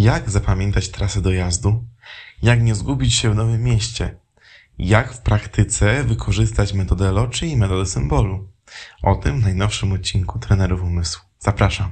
Jak zapamiętać trasę dojazdu? Jak nie zgubić się w nowym mieście? Jak w praktyce wykorzystać metodę loczy i metodę symbolu? O tym w najnowszym odcinku Trenerów Umysłu. Zapraszam.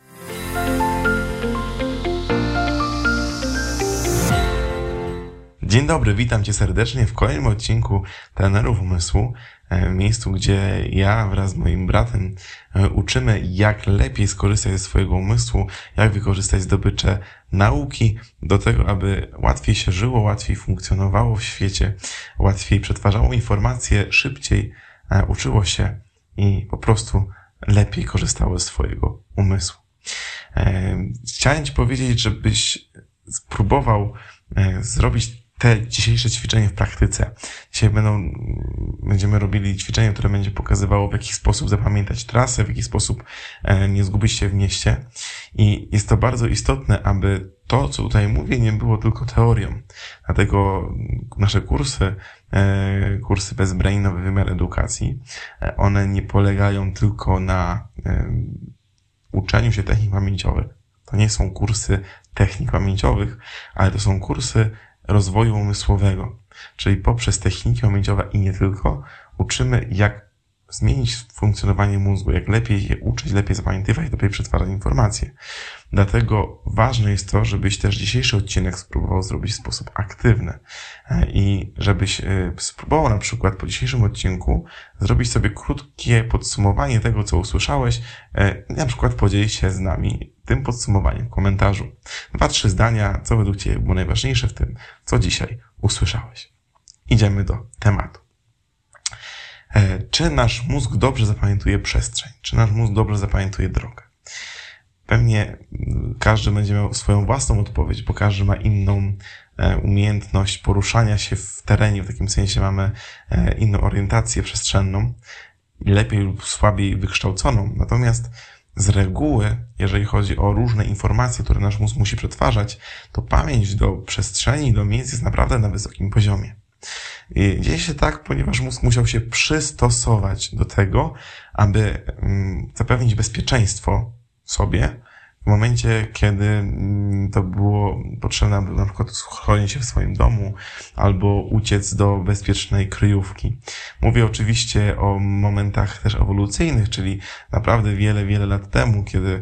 Dzień dobry, witam Cię serdecznie w kolejnym odcinku Trenerów Umysłu, miejscu, gdzie ja wraz z moim bratem uczymy, jak lepiej skorzystać ze swojego umysłu, jak wykorzystać zdobycze nauki do tego, aby łatwiej się żyło, łatwiej funkcjonowało w świecie, łatwiej przetwarzało informacje, szybciej uczyło się i po prostu lepiej korzystało ze swojego umysłu. Chciałem Ci powiedzieć, żebyś spróbował zrobić te dzisiejsze ćwiczenie w praktyce. Dzisiaj będziemy robili ćwiczenie, które będzie pokazywało, w jaki sposób zapamiętać trasę, w jaki sposób nie zgubić się w mieście. I jest to bardzo istotne, aby to, co tutaj mówię, nie było tylko teorią. Dlatego nasze kursy Bezbrain, Nowy Wymiar Edukacji, one nie polegają tylko na uczeniu się technik pamięciowych. To nie są kursy technik pamięciowych, ale to są kursy rozwoju umysłowego, czyli poprzez techniki pamięciowe i nie tylko uczymy, jak zmienić funkcjonowanie mózgu, jak lepiej je uczyć, lepiej zapamiętywać, lepiej przetwarzać informacje. Dlatego ważne jest to, żebyś też dzisiejszy odcinek spróbował zrobić w sposób aktywny i żebyś spróbował na przykład po dzisiejszym odcinku zrobić sobie krótkie podsumowanie tego, co usłyszałeś, na przykład podzielić się z nami tym podsumowaniem w komentarzu. 2-3 zdania, co według Ciebie było najważniejsze w tym, co dzisiaj usłyszałeś. Idziemy do tematu. Czy nasz mózg dobrze zapamiętuje przestrzeń? Czy nasz mózg dobrze zapamiętuje drogę? Pewnie każdy będzie miał swoją własną odpowiedź, bo każdy ma inną umiejętność poruszania się w terenie, w takim sensie mamy inną orientację przestrzenną, lepiej lub słabiej wykształconą. Natomiast z reguły, jeżeli chodzi o różne informacje, które nasz mózg musi przetwarzać, to pamięć do przestrzeni, do miejsc jest naprawdę na wysokim poziomie. I dzieje się tak, ponieważ mózg musiał się przystosować do tego, aby zapewnić bezpieczeństwo sobie w momencie, kiedy to było potrzebne, aby na przykład schronić się w swoim domu albo uciec do bezpiecznej kryjówki. Mówię oczywiście o momentach też ewolucyjnych, czyli naprawdę wiele, wiele lat temu, kiedy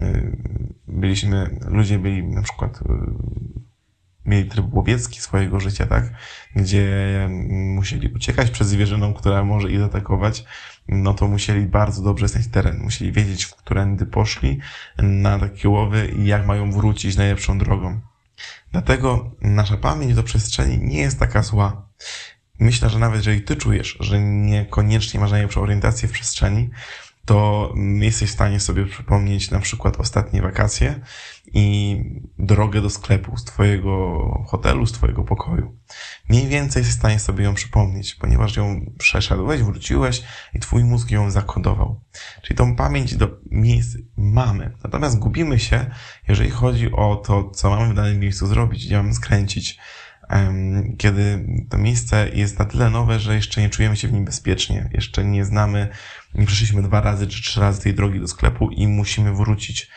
ludzie byli na przykład mieli tryb łowiecki swojego życia, tak? Gdzie musieli uciekać przed zwierzyną, która może ich zaatakować, no to musieli bardzo dobrze znać teren. Musieli wiedzieć, w którędy poszli na takie łowy i jak mają wrócić najlepszą drogą. Dlatego nasza pamięć do przestrzeni nie jest taka zła. Myślę, że nawet jeżeli ty czujesz, że niekoniecznie masz najlepszą orientację w przestrzeni, to jesteś w stanie sobie przypomnieć na przykład ostatnie wakacje i drogę do sklepu z twojego hotelu, z twojego pokoju. Mniej więcej jesteś w stanie sobie ją przypomnieć, ponieważ ją przeszedłeś, wróciłeś i twój mózg ją zakodował. Czyli tą pamięć do miejsc mamy. Natomiast gubimy się, jeżeli chodzi o to, co mamy w danym miejscu zrobić, gdzie mamy skręcić, kiedy to miejsce jest na tyle nowe, że jeszcze nie czujemy się w nim bezpiecznie, jeszcze nie przeszliśmy 2 razy czy 3 razy tej drogi do sklepu i musimy wrócić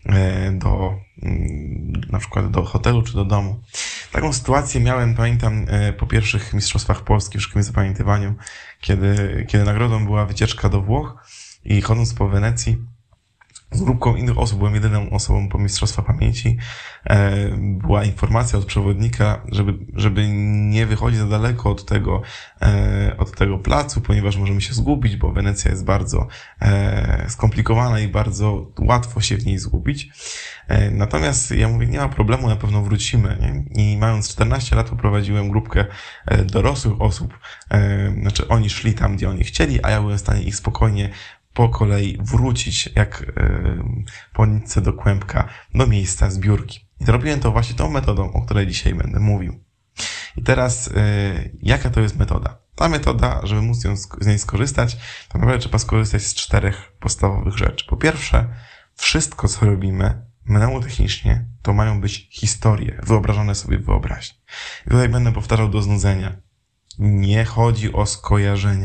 na przykład do hotelu czy do domu. Taką sytuację miałem, pamiętam, po pierwszych mistrzostwach Polski w szybkim zapamiętywaniu, kiedy nagrodą była wycieczka do Włoch i chodząc po Wenecji z grupką innych osób, byłem jedyną osobą po mistrzostwach pamięci, była informacja od przewodnika, żeby nie wychodzić za daleko od tego placu, ponieważ możemy się zgubić, bo Wenecja jest bardzo skomplikowana i bardzo łatwo się w niej zgubić. Natomiast ja mówię, nie ma problemu, na pewno wrócimy, nie? I mając 14 lat poprowadziłem grupkę dorosłych osób, znaczy oni szli tam, gdzie oni chcieli, a ja byłem w stanie ich spokojnie po kolei wrócić jak po nitce do kłębka do miejsca zbiórki. I zrobiłem to właśnie tą metodą, o której dzisiaj będę mówił. I teraz jaka to jest metoda? Ta metoda, żeby móc z niej skorzystać, to naprawdę trzeba skorzystać z 4 podstawowych rzeczy. Po pierwsze, wszystko co robimy mnemotechnicznie to mają być historie, wyobrażone sobie w wyobraźni. I tutaj będę powtarzał do znudzenia. Nie chodzi o skojarzenia.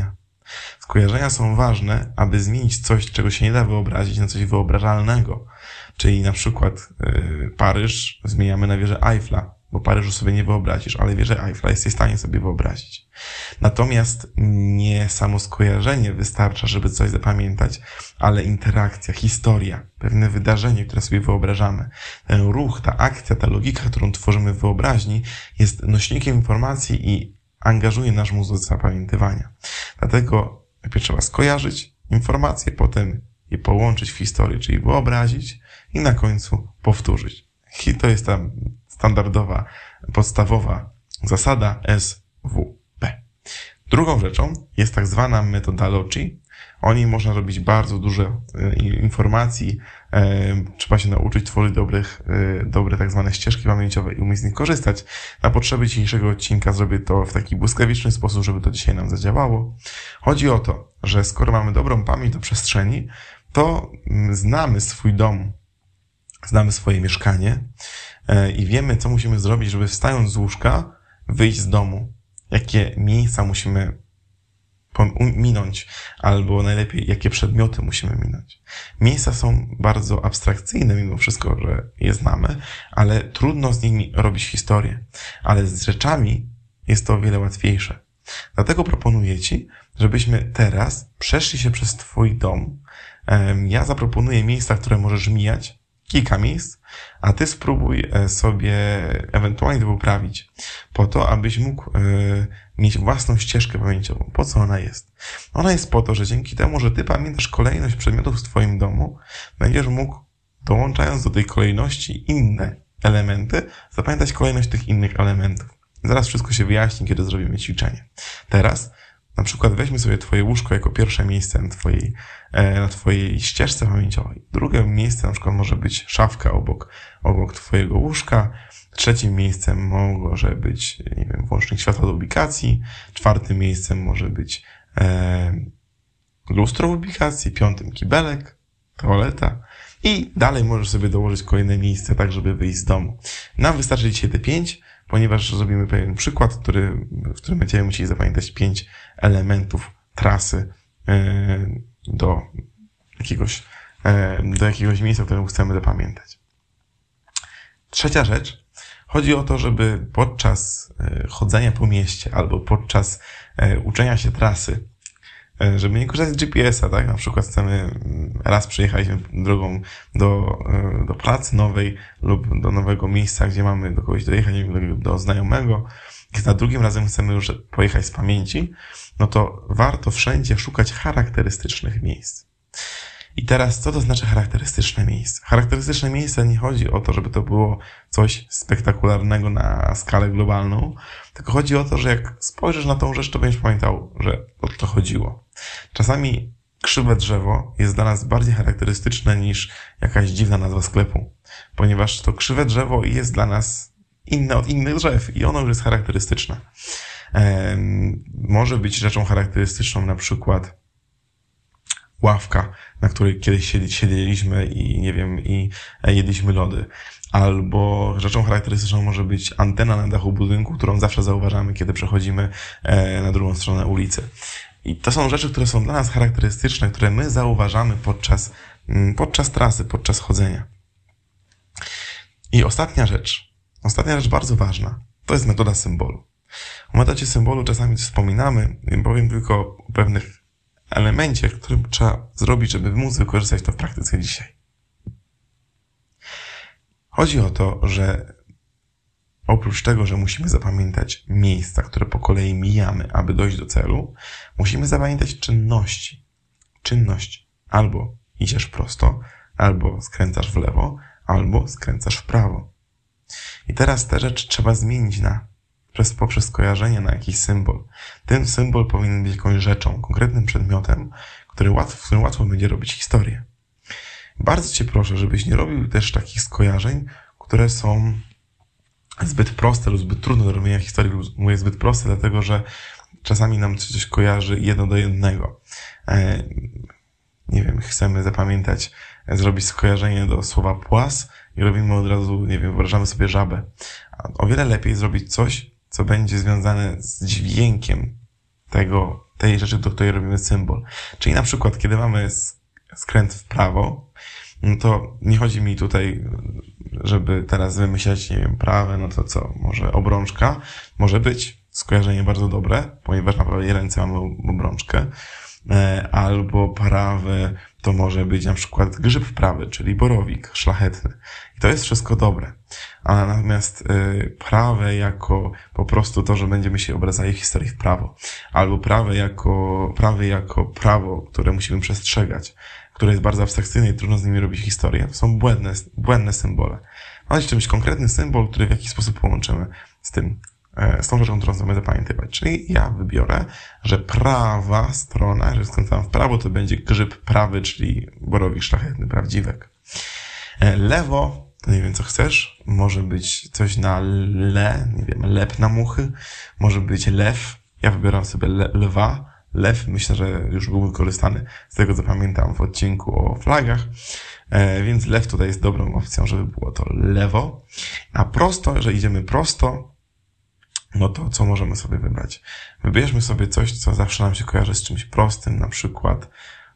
Skojarzenia są ważne, aby zmienić coś, czego się nie da wyobrazić, na coś wyobrażalnego. Czyli na przykład Paryż zmieniamy na wieżę Eiffla, bo Paryżu sobie nie wyobrazisz, ale wieżę Eiffla jesteś w stanie sobie wyobrazić. Natomiast nie samo skojarzenie wystarcza, żeby coś zapamiętać, ale interakcja, historia, pewne wydarzenie, które sobie wyobrażamy. Ten ruch, ta akcja, ta logika, którą tworzymy w wyobraźni, jest nośnikiem informacji i angażuje nasz mózg do zapamiętywania. Dlatego najpierw trzeba skojarzyć informacje, potem je połączyć w historię, czyli wyobrazić i na końcu powtórzyć. I to jest ta standardowa, podstawowa zasada SWP. Drugą rzeczą jest tak zwana methodology. O niej można robić bardzo dużo informacji. Trzeba się nauczyć tworzyć dobre tak zwane ścieżki pamięciowe i umieć z nich korzystać. Na potrzeby dzisiejszego odcinka zrobię to w taki błyskawiczny sposób, żeby to dzisiaj nam zadziałało. Chodzi o to, że skoro mamy dobrą pamięć do przestrzeni, to znamy swój dom, znamy swoje mieszkanie i wiemy, co musimy zrobić, żeby wstając z łóżka, wyjść z domu. Jakie miejsca musimy minąć, albo najlepiej, jakie przedmioty musimy minąć. Miejsca są bardzo abstrakcyjne, mimo wszystko, że je znamy, ale trudno z nimi robić historię. Ale z rzeczami jest to o wiele łatwiejsze. Dlatego proponuję Ci, żebyśmy teraz przeszli się przez Twój dom. Ja zaproponuję miejsca, które możesz mijać, kilka miejsc, a Ty spróbuj sobie ewentualnie to poprawić, po to, abyś mógł mieć własną ścieżkę pamięciową. Po co ona jest? Ona jest po to, że dzięki temu, że Ty pamiętasz kolejność przedmiotów w Twoim domu, będziesz mógł, dołączając do tej kolejności inne elementy, zapamiętać kolejność tych innych elementów. Zaraz wszystko się wyjaśni, kiedy zrobimy ćwiczenie. Teraz na przykład weźmy sobie Twoje łóżko jako pierwsze miejsce na Twojej ścieżce pamięciowej. Drugie miejsce na przykład może być szafka obok Twojego łóżka. Trzecim miejscem może być, nie wiem, włącznik światła do ubikacji. Czwartym miejscem może być lustro w ubikacji. Piątym kibelek, toaleta. I dalej możesz sobie dołożyć kolejne miejsce, tak żeby wyjść z domu. Nam wystarczy dzisiaj te 5, ponieważ zrobimy pewien przykład, w którym będziemy musieli zapamiętać 5 elementów trasy do jakiegoś miejsca, które chcemy zapamiętać. Trzecia rzecz. Chodzi o to, żeby podczas chodzenia po mieście albo podczas uczenia się trasy, żeby nie korzystać z GPS-a, tak? Na przykład raz przyjechaliśmy drogą do pracy nowej lub do nowego miejsca, gdzie mamy do kogoś dojechać, do znajomego, i za drugim razem chcemy już pojechać z pamięci, no to warto wszędzie szukać charakterystycznych miejsc. I teraz, co to znaczy charakterystyczne miejsce? Charakterystyczne miejsce nie chodzi o to, żeby to było coś spektakularnego na skalę globalną, tylko chodzi o to, że jak spojrzysz na tą rzecz, to będziesz pamiętał, że o to chodziło. Czasami krzywe drzewo jest dla nas bardziej charakterystyczne niż jakaś dziwna nazwa sklepu, ponieważ to krzywe drzewo jest dla nas inne od innych drzew i ono już jest charakterystyczne. Może być rzeczą charakterystyczną na przykład ławka, na której kiedyś siedzieliśmy i jedliśmy lody. Albo rzeczą charakterystyczną może być antena na dachu budynku, którą zawsze zauważamy, kiedy przechodzimy na drugą stronę ulicy. I to są rzeczy, które są dla nas charakterystyczne, które my zauważamy podczas trasy, podczas chodzenia. I ostatnia rzecz bardzo ważna, to jest metoda symbolu. O metodzie symbolu czasami wspominamy, powiem tylko o pewnych elemencie, który trzeba zrobić, żeby móc wykorzystać to w praktyce dzisiaj. Chodzi o to, że oprócz tego, że musimy zapamiętać miejsca, które po kolei mijamy, aby dojść do celu, musimy zapamiętać czynności. Czynność albo idziesz prosto, albo skręcasz w lewo, albo skręcasz w prawo. I teraz tę rzecz trzeba zmienić poprzez skojarzenie na jakiś symbol. Ten symbol powinien być jakąś rzeczą, konkretnym przedmiotem, w którym łatwo będzie robić historię. Bardzo Cię proszę, żebyś nie robił też takich skojarzeń, które są zbyt proste lub zbyt trudne do robienia historii. Mówię zbyt proste, dlatego że czasami nam coś kojarzy 1 do 1. Nie wiem, chcemy zrobić skojarzenie do słowa płas i robimy od razu, nie wiem, wyobrażamy sobie żabę. A o wiele lepiej zrobić coś, co będzie związane z dźwiękiem tej rzeczy, do której robimy symbol. Czyli na przykład, kiedy mamy skręt w prawo, no to nie chodzi mi tutaj, żeby teraz wymyślać, nie wiem, prawe, no to co, może obrączka, może być skojarzenie bardzo dobre, ponieważ na prawej ręce mamy obrączkę, albo prawe to może być na przykład grzyb prawy, czyli borowik szlachetny. I to jest wszystko dobre. A natomiast prawe jako po prostu to, że będziemy się obracali w historii w prawo, albo prawe jako prawo, które musimy przestrzegać, które jest bardzo abstrakcyjne i trudno z nimi robić historię, to są błędne symbole. Ma jeszcze być konkretny symbol, który w jakiś sposób połączymy z tą rzeczą, którą chcemy zapamiętywać. Czyli ja wybiorę, że prawa strona, że skręcam w prawo, to będzie grzyb prawy, czyli borowik szlachetny, prawdziwek. Lewo, to nie wiem co chcesz, może być coś na nie wiem, lep na muchy, może być lew, ja wybieram sobie lwa, lew, myślę, że już był wykorzystany z tego, co pamiętam w odcinku o flagach, więc lew tutaj jest dobrą opcją, żeby było to lewo, a prosto, że idziemy prosto, no to co możemy sobie wybrać? Wybierzmy sobie coś, co zawsze nam się kojarzy z czymś prostym, na przykład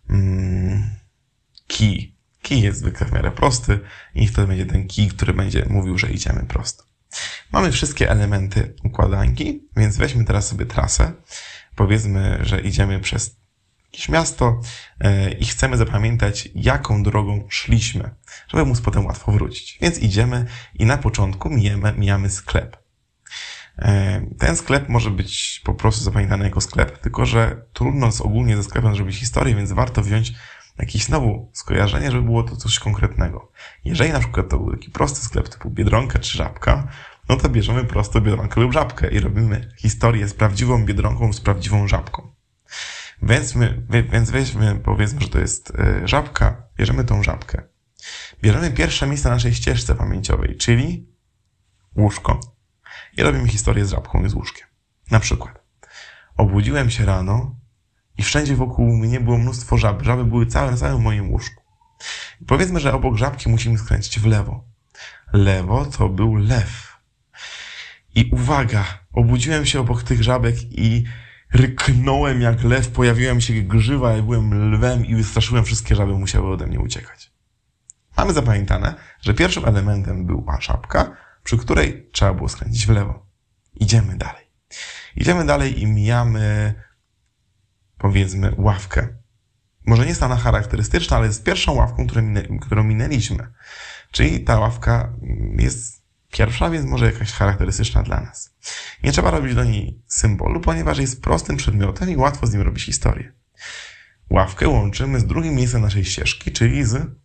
kij. Kij jest zwykle w miarę prosty i wtedy będzie ten kij, który będzie mówił, że idziemy prosto. Mamy wszystkie elementy układanki, więc weźmy teraz sobie trasę. Powiedzmy, że idziemy przez jakieś miasto i chcemy zapamiętać, jaką drogą szliśmy, żeby móc potem łatwo wrócić. Więc idziemy i na początku mijamy sklep. Ten sklep może być po prostu zapamiętany jako sklep, tylko że trudno ogólnie ze sklepem zrobić historię, więc warto wziąć jakieś znowu skojarzenie, żeby było to coś konkretnego. Jeżeli na przykład to był taki prosty sklep typu Biedronka czy Żabka, no to bierzemy prosto Biedronkę lub Żabkę i robimy historię z prawdziwą Biedronką, z prawdziwą Żabką. Więc weźmy, powiedzmy, że to jest Żabka, bierzemy tą Żabkę. Bierzemy pierwsze miejsce na naszej ścieżce pamięciowej, czyli łóżko. I robimy historię z Żabką i z łóżkiem. Na przykład, obudziłem się rano i wszędzie wokół mnie było mnóstwo żab. Żaby były na całym moim łóżku. I powiedzmy, że obok Żabki musimy skręcić w lewo. Lewo to był lew. I uwaga, obudziłem się obok tych żabek i ryknąłem jak lew, pojawiła mi się grzywa, ja byłem lwem i wystraszyłem wszystkie żaby, musiały ode mnie uciekać. Mamy zapamiętane, że pierwszym elementem była żabka, przy której trzeba było skręcić w lewo. Idziemy dalej. Idziemy dalej i mijamy, powiedzmy, ławkę. Może nie jest ona charakterystyczna, ale jest pierwszą ławką, którą minęliśmy. Czyli ta ławka jest pierwsza, więc może jakaś charakterystyczna dla nas. Nie trzeba robić do niej symbolu, ponieważ jest prostym przedmiotem i łatwo z nim robić historię. Ławkę łączymy z drugim miejscem naszej ścieżki, czyli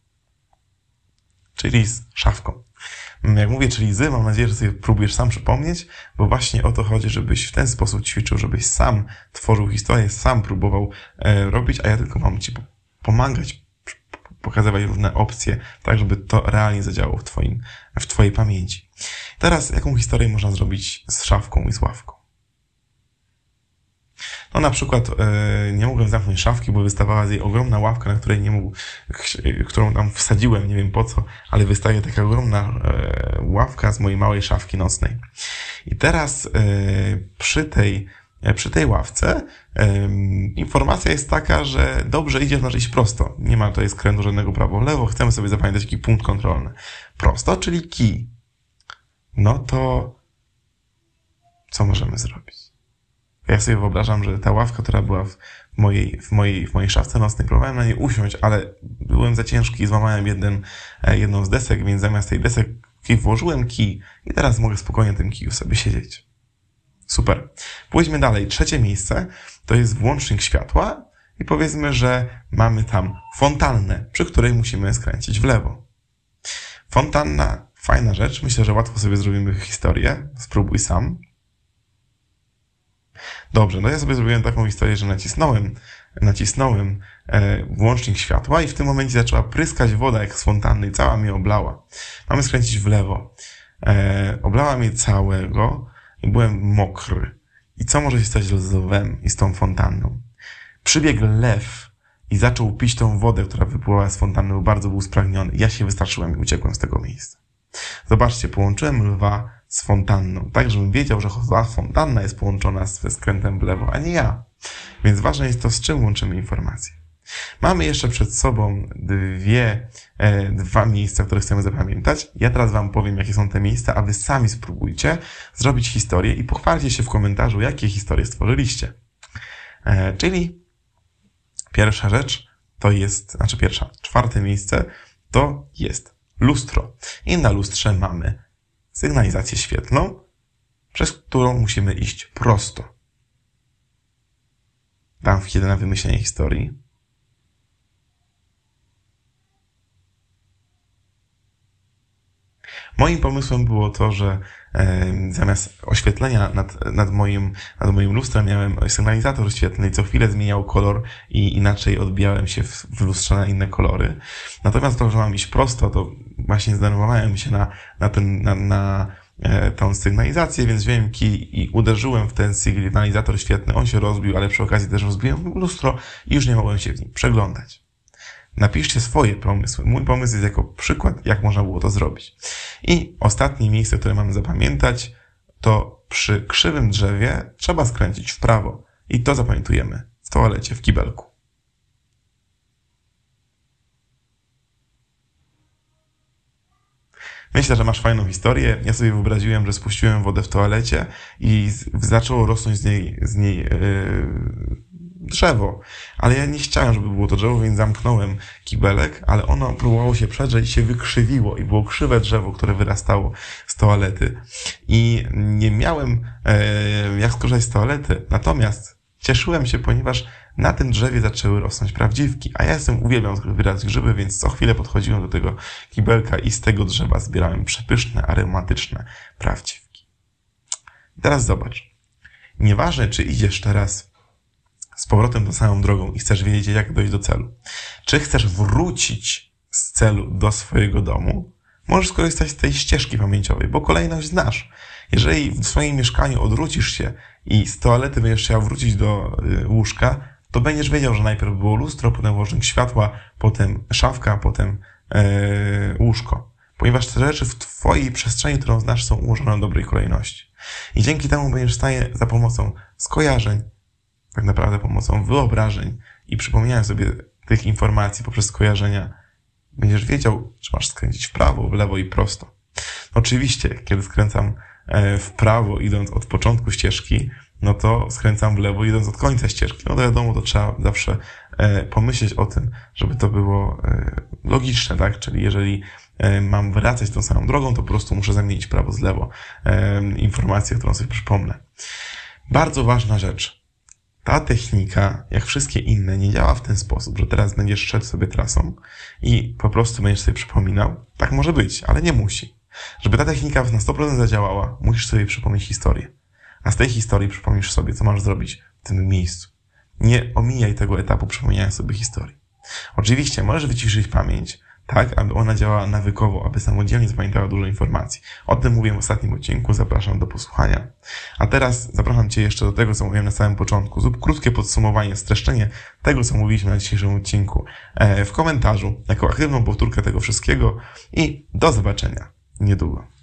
z szafką. Jak mówię, czyli mam nadzieję, że sobie próbujesz sam przypomnieć, bo właśnie o to chodzi, żebyś w ten sposób ćwiczył, żebyś sam tworzył historię, sam próbował robić, a ja tylko mam Ci pomagać, pokazywać różne opcje, tak żeby to realnie zadziałało w Twojej pamięci. Teraz jaką historię można zrobić z szafką i z ławką? No na przykład nie mogłem zamknąć szafki, bo wystawała z jej ogromna ławka, na której którą tam wsadziłem, nie wiem po co, ale wystaje taka ogromna ławka z mojej małej szafki nocnej. I teraz przy tej ławce informacja jest taka, że dobrze idziesz, znaczy iść prosto. Nie ma tutaj skrętu żadnego prawo-lewo, chcemy sobie zapamiętać taki punkt kontrolny. Prosto, czyli kij. No to co możemy zrobić? Ja sobie wyobrażam, że ta ławka, która była w mojej szafce nocnej, próbowałem na niej usiąść, ale byłem za ciężki i złamałem jedną z desek, więc zamiast tej desek włożyłem kij i teraz mogę spokojnie na tym kiju sobie siedzieć. Super. Pójdźmy dalej. Trzecie miejsce to jest włącznik światła i powiedzmy, że mamy tam fontannę, przy której musimy skręcić w lewo. Fontanna, fajna rzecz. Myślę, że łatwo sobie zrobimy historię. Spróbuj sam. Dobrze, no ja sobie zrobiłem taką historię, że nacisnąłem włącznik światła i w tym momencie zaczęła pryskać woda jak z fontanny i cała mnie oblała. Mamy skręcić w lewo. Oblała mnie całego i byłem mokry. I co może się stać z lwem i z tą fontanną? Przybiegł lew i zaczął pić tą wodę, która wypływała z fontanny, bo bardzo był spragniony. Ja się wystraszyłem i uciekłem z tego miejsca. Zobaczcie, połączyłem lwa z fontanną, tak żebym wiedział, że fontanna jest połączona ze skrętem w lewo, a nie ja. Więc ważne jest to, z czym łączymy informacje. Mamy jeszcze przed sobą dwa miejsca, które chcemy zapamiętać. Ja teraz wam powiem, jakie są te miejsca, a wy sami spróbujcie zrobić historię i pochwalcie się w komentarzu, jakie historie stworzyliście. Czyli pierwsza rzecz to jest, czwarte miejsce to jest lustro. I na lustrze mamy sygnalizację świetlną, przez którą musimy iść prosto. Dam chwilę na wymyślenie historii. Moim pomysłem było to, że zamiast oświetlenia nad moim lustrem miałem sygnalizator świetlny i co chwilę zmieniał kolor i inaczej odbijałem się w lustrze na inne kolory. Natomiast to, że mam iść prosto, to właśnie zdenerwowałem się na tą sygnalizację, więc wziąłem kij i uderzyłem w ten sygnalizator świetlny. On się rozbił, ale przy okazji też rozbiłem lustro i już nie mogłem się w nim przeglądać. Napiszcie swoje pomysły. Mój pomysł jest jako przykład, jak można było to zrobić. I ostatnie miejsce, które mamy zapamiętać, to przy krzywym drzewie trzeba skręcić w prawo. I to zapamiętujemy w toalecie, w kibelku. Myślę, że masz fajną historię. Ja sobie wyobraziłem, że spuściłem wodę w toalecie i zaczęło rosnąć z niej drzewo. Ale ja nie chciałem, żeby było to drzewo, więc zamknąłem kibelek, ale ono próbowało się przedrzeć i się wykrzywiło i było krzywe drzewo, które wyrastało z toalety. I nie miałem jak skorzystać z toalety. Natomiast cieszyłem się, ponieważ na tym drzewie zaczęły rosnąć prawdziwki, a ja uwielbiam zbierać grzyby, więc co chwilę podchodziłem do tego kibelka i z tego drzewa zbierałem przepyszne, aromatyczne prawdziwki. I teraz zobacz. Nieważne, czy idziesz teraz z powrotem tą samą drogą i chcesz wiedzieć, jak dojść do celu. Czy chcesz wrócić z celu do swojego domu, możesz skorzystać z tej ścieżki pamięciowej, bo kolejność znasz. Jeżeli w swoim mieszkaniu odwrócisz się i z toalety będziesz chciał wrócić do łóżka, to będziesz wiedział, że najpierw było lustro, potem włożnik światła, potem szafka, potem łóżko. Ponieważ te rzeczy w twojej przestrzeni, którą znasz, są ułożone w dobrej kolejności. I dzięki temu będziesz w stanie za pomocą skojarzeń, tak naprawdę pomocą wyobrażeń i przypomnienia sobie tych informacji poprzez skojarzenia, będziesz wiedział, że masz skręcić w prawo, w lewo i prosto. Oczywiście, kiedy skręcam w prawo, idąc od początku ścieżki, no to skręcam w lewo, idąc od końca ścieżki. No to wiadomo, to trzeba zawsze pomyśleć o tym, żeby to było logiczne, tak? Czyli jeżeli mam wracać tą samą drogą, to po prostu muszę zamienić prawo z lewo. Informację, którą sobie przypomnę. Bardzo ważna rzecz. Ta technika, jak wszystkie inne, nie działa w ten sposób, że teraz będziesz szedł sobie trasą i po prostu będziesz sobie przypominał. Tak może być, ale nie musi. Żeby ta technika na 100% zadziałała, musisz sobie przypomnieć historię. A z tej historii przypomnisz sobie, co masz zrobić w tym miejscu. Nie omijaj tego etapu przypomnienia sobie historii. Oczywiście możesz wyciszyć pamięć, tak, aby ona działała nawykowo, aby samodzielnie zapamiętała dużo informacji. O tym mówiłem w ostatnim odcinku, zapraszam do posłuchania. A teraz zapraszam Cię jeszcze do tego, co mówiłem na samym początku. Zrób krótkie podsumowanie, streszczenie tego, co mówiliśmy na dzisiejszym odcinku w komentarzu, jako aktywną powtórkę tego wszystkiego i do zobaczenia niedługo.